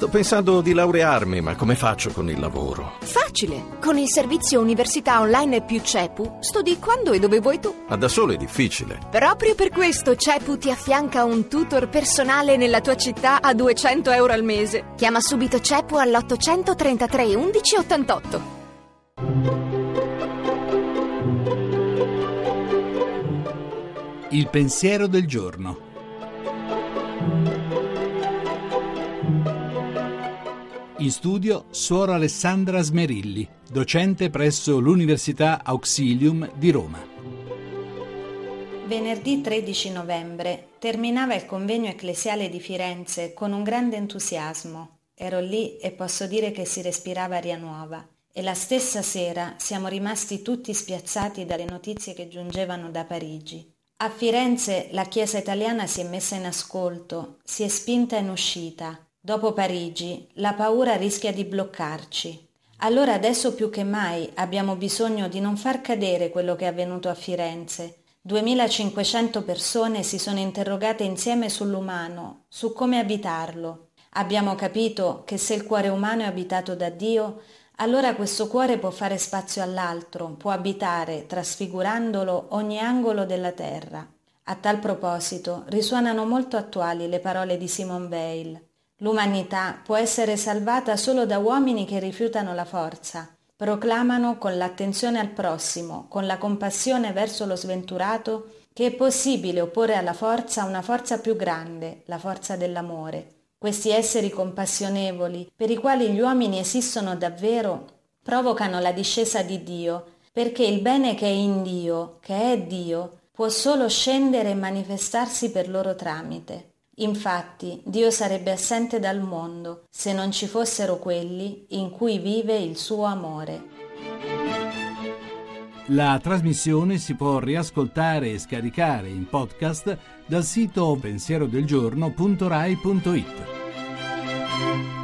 Sto pensando di laurearmi, ma come faccio con il lavoro? Facile! Con il servizio Università Online più CEPU studi quando e dove vuoi tu. Ma da solo è difficile. Proprio per questo CEPU ti affianca un tutor personale nella tua città a 200 euro al mese. Chiama subito CEPU all'833 11 88. Il pensiero del giorno. In studio Suor Alessandra Smerilli, docente presso l'Università Auxilium di Roma. Venerdì 13 novembre terminava il convegno ecclesiale di Firenze con un grande entusiasmo. Ero lì e posso dire che si respirava aria nuova. E la stessa sera siamo rimasti tutti spiazzati dalle notizie che giungevano da Parigi. A Firenze la Chiesa italiana si è messa in ascolto, si è spinta in uscita. Dopo Parigi la paura rischia di bloccarci. Allora adesso più che mai abbiamo bisogno di non far cadere quello che è avvenuto a Firenze. 2500 persone si sono interrogate insieme sull'umano, su come abitarlo. Abbiamo capito che se il cuore umano è abitato da Dio, allora questo cuore può fare spazio all'altro, può abitare, trasfigurandolo, ogni angolo della terra. A tal proposito risuonano molto attuali le parole di Simone Weil. L'umanità può essere salvata solo da uomini che rifiutano la forza, proclamano con l'attenzione al prossimo, con la compassione verso lo sventurato, che è possibile opporre alla forza una forza più grande, la forza dell'amore. Questi esseri compassionevoli, per i quali gli uomini esistono davvero, provocano la discesa di Dio, perché il bene che è in Dio, che è Dio, può solo scendere e manifestarsi per loro tramite. Infatti, Dio sarebbe assente dal mondo se non ci fossero quelli in cui vive il suo amore. La trasmissione si può riascoltare e scaricare in podcast dal sito pensierodelgiorno.rai.it.